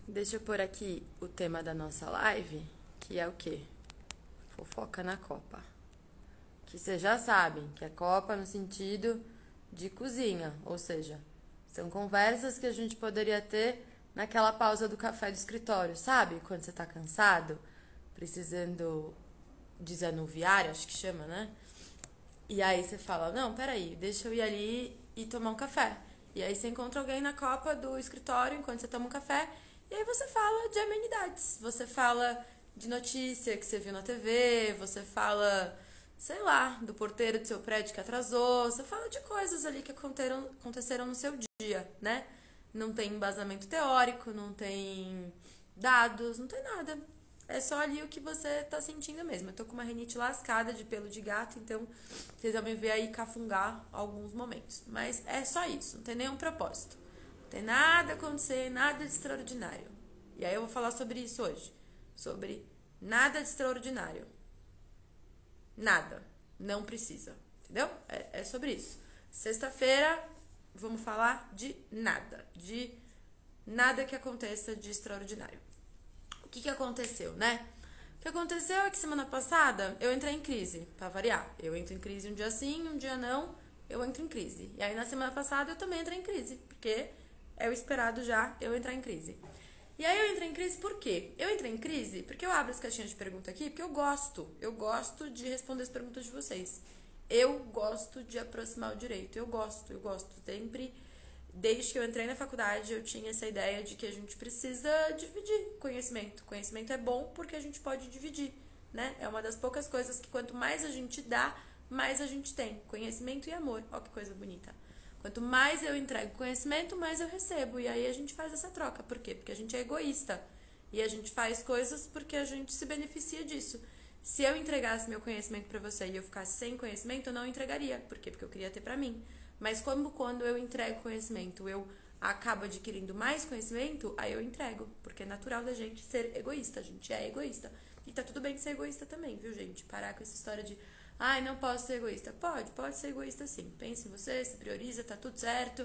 Deixa eu pôr aqui o tema da nossa live, que é o quê? Fofoca na Copa. Que vocês já sabem que é Copa no sentido de cozinha, ou seja, são conversas que a gente poderia ter naquela pausa do café do escritório, sabe? Quando você tá cansado, precisando desanuviar, acho que chama, né? E aí você fala, não, peraí, deixa eu ir ali e tomar um café. E aí você encontra alguém na copa do escritório enquanto você toma um café. E aí você fala de amenidades. Você fala de notícia que você viu na TV. Você fala, sei lá, do porteiro do seu prédio que atrasou. Você fala de coisas ali que aconteceram no seu dia, né? Não tem embasamento teórico, não tem dados, não tem nada. É só ali o que você tá sentindo mesmo. Eu tô com uma rinite lascada de pelo de gato, então vocês vão me ver aí cafungar alguns momentos. Mas é só isso, não tem nenhum propósito. Não tem nada acontecer, nada de extraordinário. E aí eu vou falar sobre isso hoje. Sobre nada de extraordinário. Nada. Não precisa. Entendeu? É sobre isso. Sexta-feira, vamos falar de nada. De nada que aconteça de extraordinário. O que aconteceu, né? O que aconteceu é que semana passada eu entrei em crise, pra variar. Eu entro em crise um dia sim, um dia não, eu entro em crise. E aí na semana passada eu também entrei em crise, porque é o esperado já eu entrar em crise. E aí eu entrei em crise por quê? Eu entrei em crise porque eu abro as caixinhas de pergunta aqui, porque eu gosto de responder as perguntas de vocês. Eu gosto de aproximar o direito, eu gosto sempre. Desde que eu entrei na faculdade, eu tinha essa ideia de que a gente precisa dividir conhecimento. Conhecimento é bom porque a gente pode dividir, né? É uma das poucas coisas que quanto mais a gente dá, mais a gente tem. Conhecimento e amor. Ó que coisa bonita. Quanto mais eu entrego conhecimento, mais eu recebo. E aí a gente faz essa troca. Por quê? Porque a gente é egoísta. E a gente faz coisas porque a gente se beneficia disso. Se eu entregasse meu conhecimento pra você e eu ficasse sem conhecimento, eu não entregaria. Por quê? Porque eu queria ter pra mim. Mas quando eu entrego conhecimento, eu acabo adquirindo mais conhecimento, aí eu entrego. Porque é natural da gente ser egoísta. A gente é egoísta. E tá tudo bem ser egoísta também, viu, gente? Parar com essa história de, ai, não posso ser egoísta. Pode ser egoísta sim. Pense em você, se prioriza, tá tudo certo.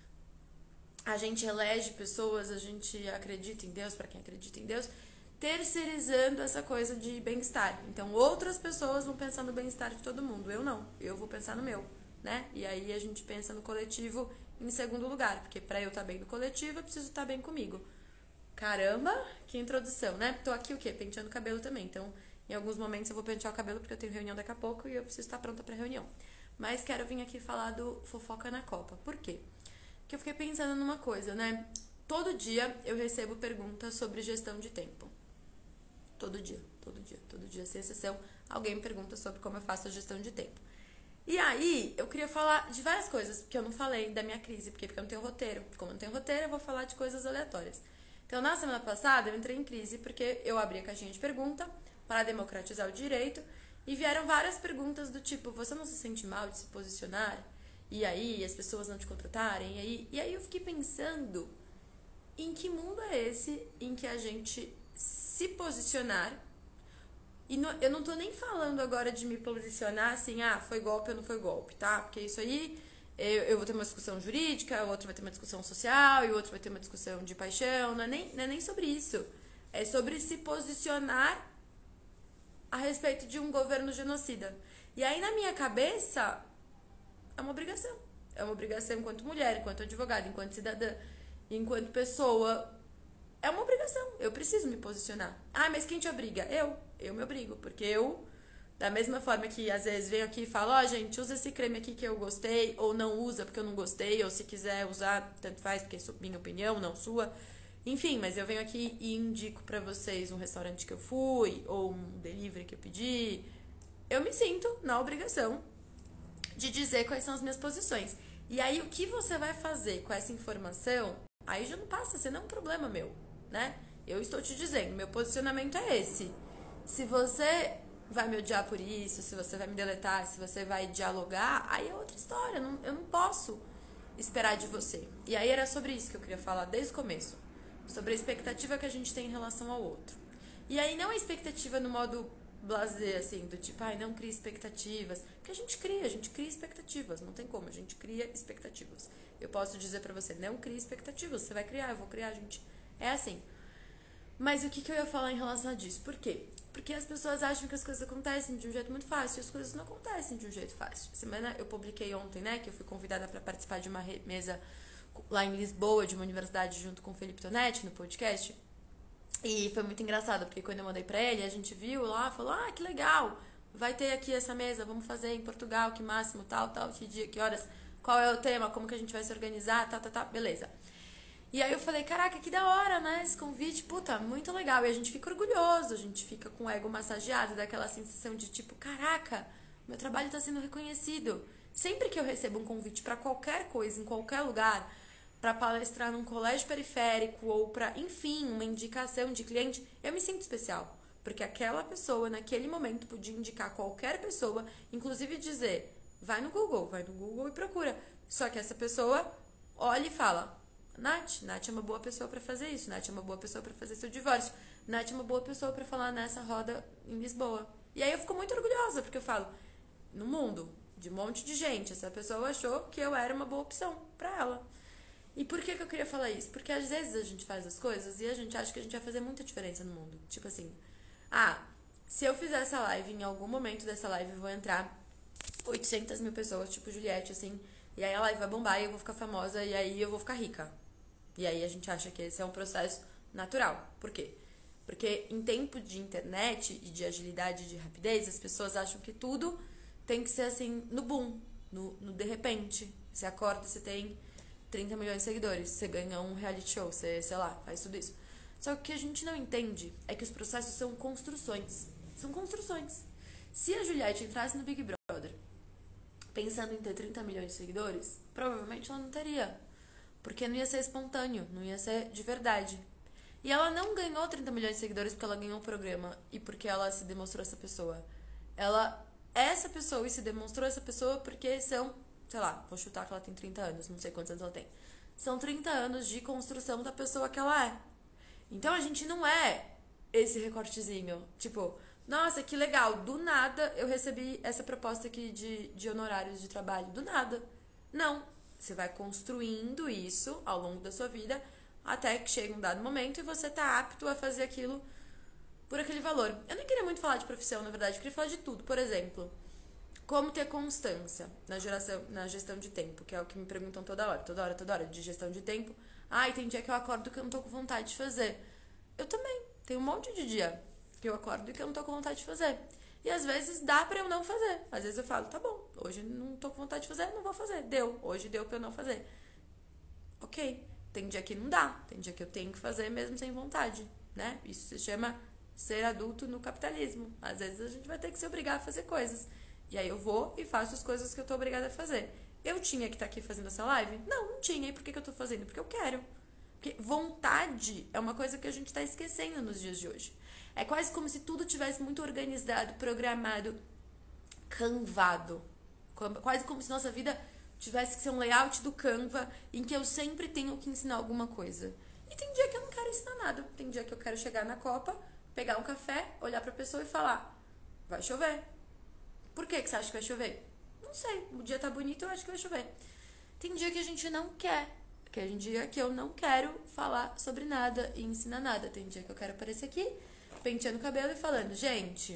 A gente elege pessoas, a gente acredita em Deus, pra quem acredita em Deus, terceirizando essa coisa de bem-estar. Então, outras pessoas vão pensar no bem-estar de todo mundo. Eu não. Eu vou pensar no meu, né? E aí a gente pensa no coletivo em segundo lugar, porque pra eu estar bem no coletivo, eu preciso estar bem comigo. Caramba, que introdução, né? Tô aqui o quê? Penteando o cabelo também. Então, em alguns momentos eu vou pentear o cabelo porque eu tenho reunião daqui a pouco e eu preciso estar pronta pra reunião. Mas quero vir aqui falar do fofoca na Copa. Por quê? Porque eu fiquei pensando numa coisa, né? Todo dia eu recebo perguntas sobre gestão de tempo. Todo dia, sem exceção, alguém me pergunta sobre como eu faço a gestão de tempo. E aí, eu queria falar de várias coisas, porque eu não falei da minha crise, porque eu não tenho roteiro. Como eu não tenho roteiro, eu vou falar de coisas aleatórias. Então, na semana passada, eu entrei em crise porque eu abri a caixinha de pergunta para democratizar o direito e vieram várias perguntas do tipo, você não se sente mal de se posicionar? E aí, as pessoas não te contratarem? E aí eu fiquei pensando em que mundo é esse em que a gente se posicionar. E eu não tô nem falando agora de me posicionar assim, foi golpe ou não foi golpe, tá? Porque isso aí eu vou ter uma discussão jurídica, o outro vai ter uma discussão social, e o outro vai ter uma discussão de paixão. Não é nem sobre isso. É sobre se posicionar a respeito de um governo genocida. E aí, na minha cabeça, é uma obrigação. É uma obrigação enquanto mulher, enquanto advogada, enquanto cidadã, enquanto pessoa. É uma obrigação. Eu preciso me posicionar. Mas quem te obriga? Eu me obrigo. Porque eu, da mesma forma que às vezes venho aqui e falo, gente, usa esse creme aqui que eu gostei, ou não usa porque eu não gostei, ou se quiser usar, tanto faz, porque é minha opinião, não sua. Enfim, mas eu venho aqui e indico pra vocês um restaurante que eu fui, ou um delivery que eu pedi. Eu me sinto na obrigação de dizer quais são as minhas posições. E aí, o que você vai fazer com essa informação, aí já não passa a ser nenhum problema meu, né? Eu estou te dizendo, meu posicionamento é esse. Se você vai me odiar por isso, se você vai me deletar, se você vai dialogar, aí é outra história. Eu não posso esperar de você. E aí era sobre isso que eu queria falar desde o começo. Sobre a expectativa que a gente tem em relação ao outro. E aí não é expectativa no modo blasé, assim, do tipo, não cria expectativas. Porque a gente cria expectativas. Não tem como, a gente cria expectativas. Eu posso dizer pra você, não cria expectativas. Você vai criar, eu vou criar, gente. É assim. Mas o que eu ia falar em relação a disso? Por quê? Porque as pessoas acham que as coisas acontecem de um jeito muito fácil, e as coisas não acontecem de um jeito fácil. Semana eu publiquei ontem, né, que eu fui convidada para participar de uma mesa lá em Lisboa, de uma universidade, junto com o Felipe Tonetti, no podcast. E foi muito engraçado, porque quando eu mandei pra ele, a gente viu lá, falou, que legal, vai ter aqui essa mesa, vamos fazer em Portugal, que máximo, tal, que dia, que horas, qual é o tema, como que a gente vai se organizar, beleza. E aí eu falei, caraca, que da hora, né, esse convite, puta, muito legal. E a gente fica orgulhoso, a gente fica com o ego massageado, daquela sensação de tipo, caraca, meu trabalho tá sendo reconhecido. Sempre que eu recebo um convite pra qualquer coisa, em qualquer lugar, pra palestrar num colégio periférico ou pra, enfim, uma indicação de cliente, eu me sinto especial. Porque aquela pessoa, naquele momento, podia indicar qualquer pessoa, inclusive dizer, vai no Google e procura. Só que essa pessoa olha e fala, Nath é uma boa pessoa pra fazer isso, Nath é uma boa pessoa pra fazer seu divórcio, Nath é uma boa pessoa pra falar nessa roda em Lisboa. E aí eu fico muito orgulhosa, porque eu falo, no mundo de um monte de gente, essa pessoa achou que eu era uma boa opção pra ela. E por que eu queria falar isso? Porque às vezes a gente faz as coisas e a gente acha que a gente vai fazer muita diferença no mundo. Tipo assim, se eu fizer essa live, em algum momento dessa live vou entrar 800 mil pessoas, tipo Juliette, assim, e aí a live vai bombar e eu vou ficar famosa e aí eu vou ficar rica. E aí a gente acha que esse é um processo natural. Por quê? Porque em tempo de internet e de agilidade e de rapidez, as pessoas acham que tudo tem que ser assim, no boom, no de repente. Você acorda, você tem 30 milhões de seguidores, você ganha um reality show, você, sei lá, faz tudo isso. Só que o que a gente não entende é que os processos são construções. São construções. Se a Juliette entrasse no Big Brother pensando em ter 30 milhões de seguidores, provavelmente ela não teria. Porque não ia ser espontâneo, não ia ser de verdade. E ela não ganhou 30 milhões de seguidores porque ela ganhou um programa e porque ela se demonstrou essa pessoa. Ela é essa pessoa e se demonstrou essa pessoa porque são, sei lá, vou chutar que ela tem 30 anos, não sei quantos anos ela tem. São 30 anos de construção da pessoa que ela é. Então a gente não é esse recortezinho. Tipo, nossa, que legal, do nada eu recebi essa proposta aqui de honorários de trabalho. Do nada. Não. Você vai construindo isso ao longo da sua vida até que chega um dado momento e você tá apto a fazer aquilo por aquele valor. Eu nem queria muito falar de profissão, na verdade. Eu queria falar de tudo. Por exemplo, como ter constância na gestão de tempo, que é o que me perguntam toda hora, de gestão de tempo. Tem dia que eu acordo que eu não tô com vontade de fazer. Eu também. Tem um monte de dia que eu acordo e que eu não tô com vontade de fazer. E às vezes dá pra eu não fazer. Às vezes eu falo, tá bom, hoje não tô com vontade de fazer, não vou fazer. Hoje deu pra eu não fazer. Ok. Tem dia que não dá. Tem dia que eu tenho que fazer mesmo sem vontade, né? Isso se chama ser adulto no capitalismo. Às vezes a gente vai ter que se obrigar a fazer coisas. E aí eu vou e faço as coisas que eu tô obrigada a fazer. Eu tinha que estar aqui fazendo essa live? Não tinha. E por que eu tô fazendo? Porque eu quero. Porque vontade é uma coisa que a gente tá esquecendo nos dias de hoje. É quase como se tudo tivesse muito organizado, programado, canvado. Quase como se nossa vida tivesse que ser um layout do Canva em que eu sempre tenho que ensinar alguma coisa. E tem dia que eu não quero ensinar nada. Tem dia que eu quero chegar na Copa, pegar um café, olhar pra pessoa e falar, vai chover. Por que você acha que vai chover? Não sei. O dia tá bonito, eu acho que vai chover. Tem dia que a gente não quer. Tem dia que eu não quero falar sobre nada e ensinar nada. Tem dia que eu quero aparecer aqui, penteando o cabelo e falando, gente,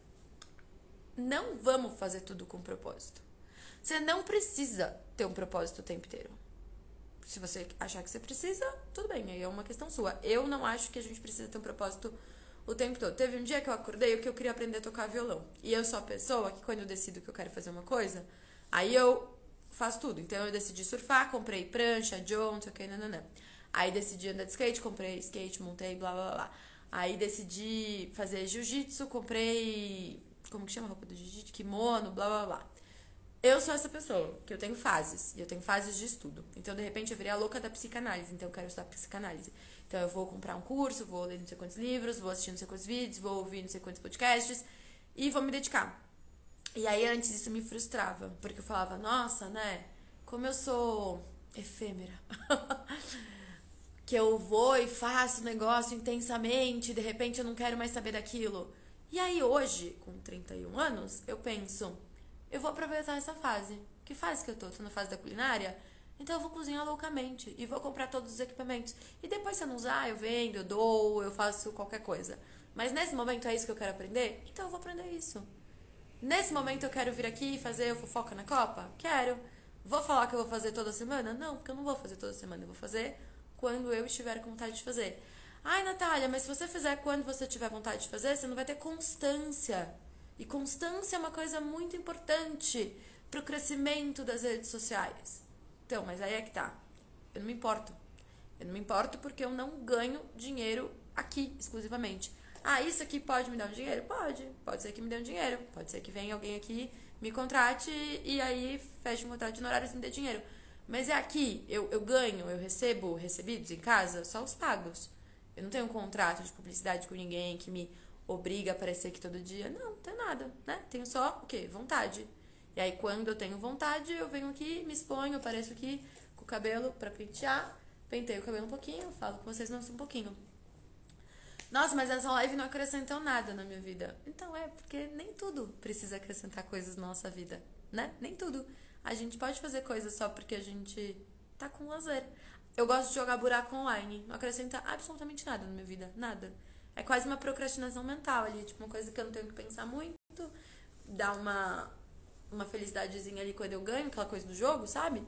não vamos fazer tudo com propósito. Você não precisa ter um propósito o tempo inteiro. Se você achar que você precisa, tudo bem, aí é uma questão sua. Eu não acho que a gente precisa ter um propósito o tempo todo. Teve um dia que eu acordei que eu queria aprender a tocar violão. E eu sou a pessoa que quando eu decido que eu quero fazer uma coisa, aí eu faço tudo. Então eu decidi surfar, comprei prancha, John, não sei o que, nananã. Aí decidi andar de skate, comprei skate, montei, blá, blá, blá. Aí decidi fazer jiu-jitsu, comprei, como que chama a roupa do jiu-jitsu? Kimono, blá, blá, blá. Eu sou essa pessoa, que eu tenho fases, e eu tenho fases de estudo. Então, de repente, eu virei a louca da psicanálise, então eu quero estudar psicanálise. Então, eu vou comprar um curso, vou ler não sei quantos livros, vou assistir não sei quantos vídeos, vou ouvir não sei quantos podcasts, e vou me dedicar. E aí, antes, isso me frustrava, porque eu falava, nossa, né, como eu sou efêmera, que eu vou e faço o negócio intensamente, e de repente eu não quero mais saber daquilo. E aí, hoje, com 31 anos, eu penso, eu vou aproveitar essa fase. Que fase que eu tô? Tô na fase da culinária? Então eu vou cozinhar loucamente e vou comprar todos os equipamentos. E depois, se eu não usar, eu vendo, eu dou, eu faço qualquer coisa. Mas nesse momento é isso que eu quero aprender? Então eu vou aprender isso. Nesse momento eu quero vir aqui e fazer o fofoca na Copa? Quero. Vou falar que eu vou fazer toda semana? Não, porque eu não vou fazer toda semana. Eu vou fazer quando eu estiver com vontade de fazer. Ai, Natália, mas se você fizer quando você tiver vontade de fazer, você não vai ter constância. E constância é uma coisa muito importante pro crescimento das redes sociais. Então, mas aí é que tá. Eu não me importo. Eu não me importo porque eu não ganho dinheiro aqui, exclusivamente. Ah, isso aqui pode me dar um dinheiro? Pode. Pode ser que me dê um dinheiro. Pode ser que venha alguém aqui, me contrate e aí feche um contrato de honorários e me dê dinheiro. Mas é aqui, eu ganho, eu recebo recebidos em casa, só os pagos. Eu não tenho um contrato de publicidade com ninguém que me obriga a aparecer aqui todo dia. Não tenho nada, né? Tenho só o quê? Vontade. E aí, quando eu tenho vontade, eu venho aqui, me exponho, apareço aqui com o cabelo pra pentear, penteio o cabelo um pouquinho, falo com vocês mais um pouquinho. Nossa, mas essa live não acrescentou nada na minha vida. Então porque nem tudo precisa acrescentar coisas na nossa vida, né? Nem tudo. A gente pode fazer coisas só porque a gente tá com lazer. Eu gosto de jogar buraco online. Não acrescenta absolutamente nada na minha vida. Nada. É quase uma procrastinação mental ali. Tipo, uma coisa que eu não tenho que pensar muito. Dá uma felicidadezinha ali quando eu ganho, aquela coisa do jogo, sabe?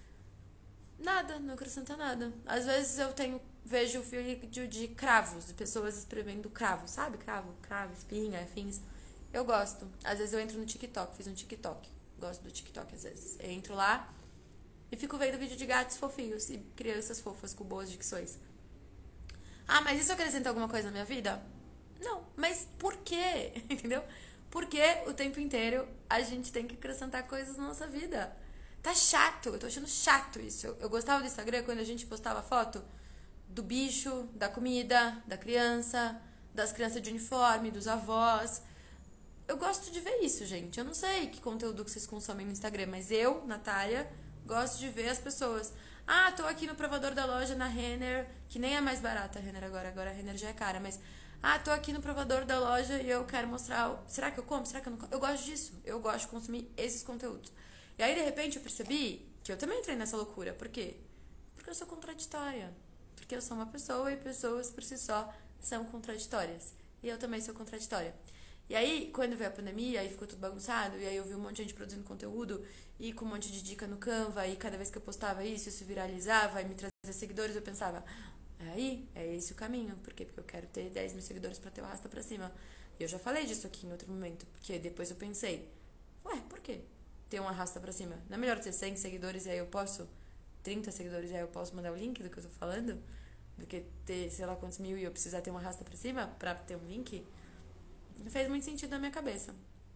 Nada, não acrescenta nada. Às vezes vejo vídeo de cravos, de pessoas escrevendo cravos, sabe? Cravo, espinha, afins. Eu gosto. Às vezes eu entro no TikTok, fiz um TikTok. Gosto do TikTok às vezes. Eu entro lá e fico vendo vídeo de gatos fofinhos e crianças fofas com boas dicções. Ah, mas isso acrescenta alguma coisa na minha vida? Não. Mas por quê? Entendeu? Porque o tempo inteiro a gente tem que acrescentar coisas na nossa vida. Tá chato, eu tô achando chato isso. Eu gostava do Instagram quando a gente postava foto do bicho, da comida, da criança, das crianças de uniforme, dos avós. Eu gosto de ver isso, gente. Eu não sei que conteúdo que vocês consomem no Instagram, mas eu, Natália, gosto de ver as pessoas. Ah, tô aqui no provador da loja na Renner, que nem é mais barata a Renner agora a Renner já é cara, mas tô aqui no provador da loja e eu quero mostrar. Será que eu como? Será que eu não como? Eu gosto disso. Eu gosto de consumir esses conteúdos. E aí, de repente, eu percebi que eu também entrei nessa loucura. Por quê? Porque eu sou contraditória. Porque eu sou uma pessoa e pessoas por si só são contraditórias. E eu também sou contraditória. E aí, quando veio a pandemia, aí ficou tudo bagunçado, e aí eu vi um monte de gente produzindo conteúdo, e com um monte de dica no Canva, e cada vez que eu postava isso viralizava, e me trazia seguidores, eu pensava, é esse o caminho. Por quê? Porque eu quero ter 10 mil seguidores pra ter o arrasta pra cima. E eu já falei disso aqui em outro momento, porque depois eu pensei, por quê? Ter um arrasta pra cima. Não é melhor ter 100 seguidores e aí eu posso 30 seguidores e aí eu posso mandar o link do que eu tô falando? Do que ter sei lá quantos mil e eu precisar ter um arrasta pra cima pra ter um link? Não fez muito sentido na minha cabeça.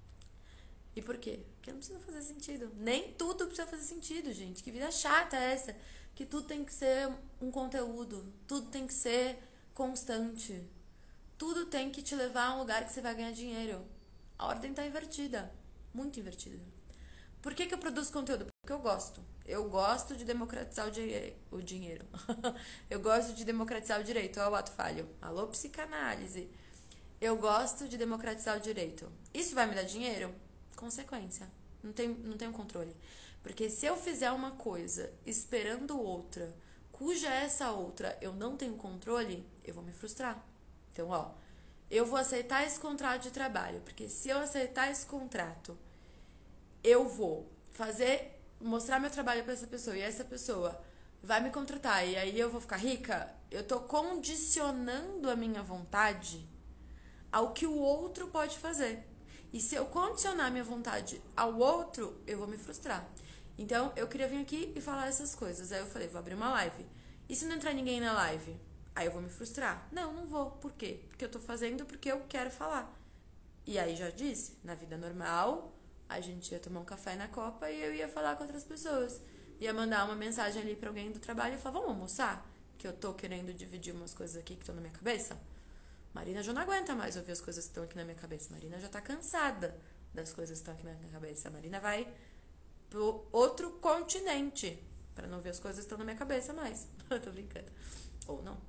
E por quê? Porque não precisa fazer sentido. Nem tudo precisa fazer sentido, gente. Que vida chata é essa? Que tudo tem que ser um conteúdo. Tudo tem que ser constante. Tudo tem que te levar a um lugar que você vai ganhar dinheiro. A ordem tá invertida. Muito invertida. Por que eu produzo conteúdo? Porque eu gosto. Eu gosto de democratizar o dinheiro. Eu gosto de democratizar o direito. Olha o ato falho. Alô, psicanálise. Eu gosto de democratizar o direito. Isso vai me dar dinheiro? Consequência. Não tenho controle. Porque se eu fizer uma coisa esperando outra, cuja essa outra eu não tenho controle, eu vou me frustrar. Então, eu vou aceitar esse contrato de trabalho. Porque se eu aceitar esse contrato, eu vou mostrar meu trabalho pra essa pessoa e essa pessoa vai me contratar e aí eu vou ficar rica, eu tô condicionando a minha vontade ao que o outro pode fazer. E se eu condicionar minha vontade ao outro, eu vou me frustrar. Então, eu queria vir aqui e falar essas coisas. Aí eu falei, vou abrir uma live. E se não entrar ninguém na live? Aí eu vou me frustrar? Não vou. Por quê? Porque eu tô fazendo porque eu quero falar. E aí já disse, na vida normal, a gente ia tomar um café na Copa e eu ia falar com outras pessoas. Ia mandar uma mensagem ali pra alguém do trabalho e falar, vamos almoçar? Que eu tô querendo dividir umas coisas aqui que estão na minha cabeça. Marina já não aguenta mais ouvir as coisas que estão aqui na minha cabeça. Marina já tá cansada das coisas que estão aqui na minha cabeça. A Marina vai pro outro continente pra não ver as coisas que estão na minha cabeça mais. Eu tô brincando. Ou não.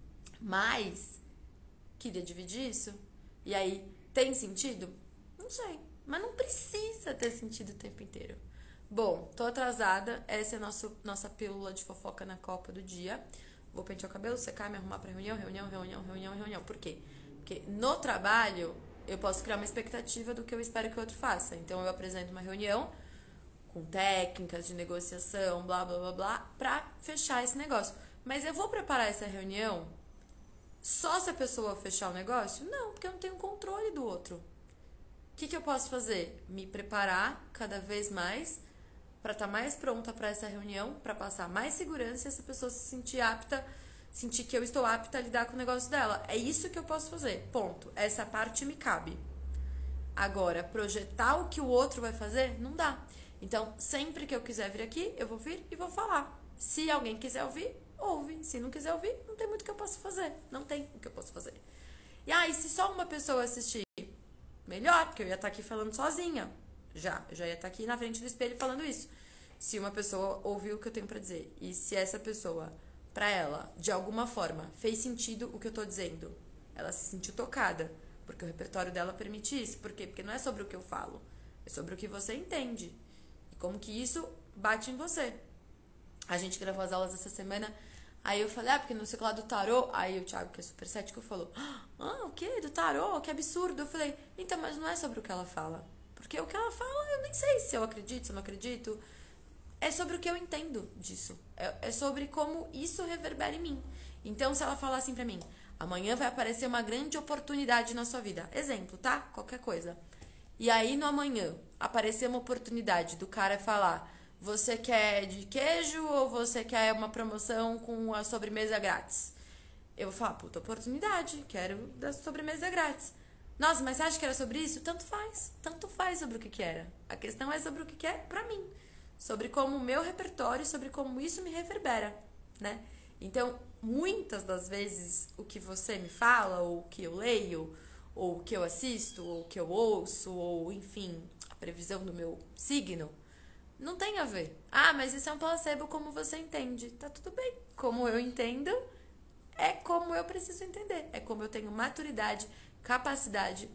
Mas, queria dividir isso. E aí, tem sentido? Não sei. Mas não precisa ter sentido o tempo inteiro. Bom, tô atrasada. Essa é a nossa pílula de fofoca na Copa do dia. Vou pentear o cabelo, secar, me arrumar pra reunião. Por quê? Porque no trabalho eu posso criar uma expectativa do que eu espero que o outro faça. Então eu apresento uma reunião com técnicas de negociação, blá blá blá blá, pra fechar esse negócio. Mas eu vou preparar essa reunião só se a pessoa fechar o negócio? Não, porque eu não tenho controle do outro. O que eu posso fazer? Me preparar cada vez mais para estar mais pronta para essa reunião, para passar mais segurança e essa pessoa se sentir apta, sentir que eu estou apta a lidar com o negócio dela. É isso que eu posso fazer. Ponto. Essa parte me cabe. Agora, projetar o que o outro vai fazer, não dá. Então, sempre que eu quiser vir aqui, eu vou vir e vou falar. Se alguém quiser ouvir, ouve. Se não quiser ouvir, não tem muito o que eu possa fazer. Não tem o que eu posso fazer. E se só uma pessoa assistir, melhor, porque eu ia estar aqui falando sozinha. Já ia estar aqui na frente do espelho falando isso. Se uma pessoa ouviu o que eu tenho pra dizer e se essa pessoa, pra ela, de alguma forma, fez sentido o que eu tô dizendo, ela se sentiu tocada, porque o repertório dela permite isso. Por quê? Porque não é sobre o que eu falo, é sobre o que você entende e como que isso bate em você. A gente gravou as aulas essa semana, aí eu falei, porque não sei lá do tarô, aí o Thiago, que é super cético, falou, o quê? Do tarô? Que absurdo. Eu falei, então, mas não é sobre o que ela fala. Porque o que ela fala, eu nem sei se eu acredito, se eu não acredito. É sobre o que eu entendo disso. É sobre como isso reverbera em mim. Então, se ela falar assim pra mim, amanhã vai aparecer uma grande oportunidade na sua vida. Exemplo, tá? Qualquer coisa. E aí, no amanhã, aparecer uma oportunidade do cara falar, você quer de queijo ou você quer uma promoção com a sobremesa grátis? Eu vou falar, puta oportunidade, quero da sobremesa grátis. Nossa, mas você acha que era sobre isso? Tanto faz sobre o que era. A questão é sobre o que é pra mim. Sobre como o meu repertório, sobre como isso me reverbera, né? Então, muitas das vezes, o que você me fala, ou o que eu leio, ou o que eu assisto, ou o que eu ouço, ou, enfim, a previsão do meu signo, não tem a ver. Mas isso é um placebo como você entende. Tá tudo bem. Como eu entendo, é como eu preciso entender. É como eu tenho maturidade, capacidade,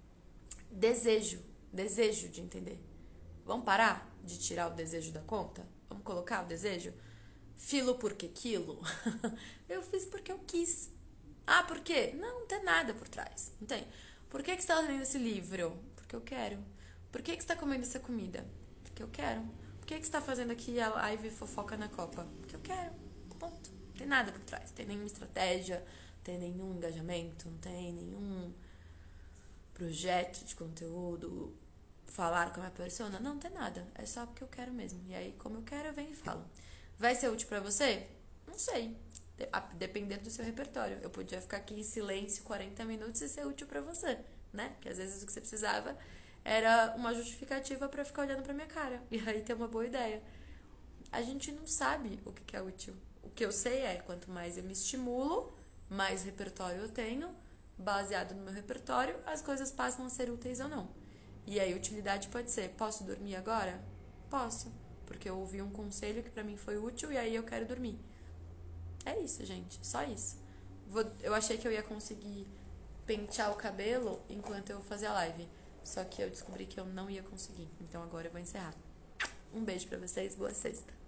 desejo de entender. Vamos parar de tirar o desejo da conta? Vamos colocar o desejo? Filo porque quilo? Eu fiz porque eu quis. Por quê? Não tem nada por trás. Não tem. Por que você está lendo esse livro? Porque eu quero. Por que você está comendo essa comida? Porque eu quero. Por que você está fazendo aqui a live fofoca na Copa? Porque eu quero. Ponto. Não tem nada por trás. Não tem nenhuma estratégia, não tem nenhum engajamento, não tem nenhum projeto de conteúdo, falar com a minha persona. Não tem nada. É só porque eu quero mesmo. E aí, como eu quero, eu venho e falo. Vai ser útil pra você? Não sei. Dependendo do seu repertório. Eu podia ficar aqui em silêncio 40 minutos e ser útil pra você, né? Porque às vezes o que você precisava era uma justificativa pra ficar olhando pra minha cara. E aí ter uma boa ideia. A gente não sabe o que é útil. O que eu sei é, quanto mais eu me estimulo, mais repertório eu tenho. Baseado no meu repertório, as coisas passam a ser úteis ou não. E aí, utilidade pode ser, posso dormir agora? Posso, porque eu ouvi um conselho que pra mim foi útil e aí eu quero dormir. É isso, gente, só isso. Eu achei que eu ia conseguir pentear o cabelo enquanto eu fazia a live, só que eu descobri que eu não ia conseguir. Então agora eu vou encerrar. Um beijo pra vocês, boa sexta.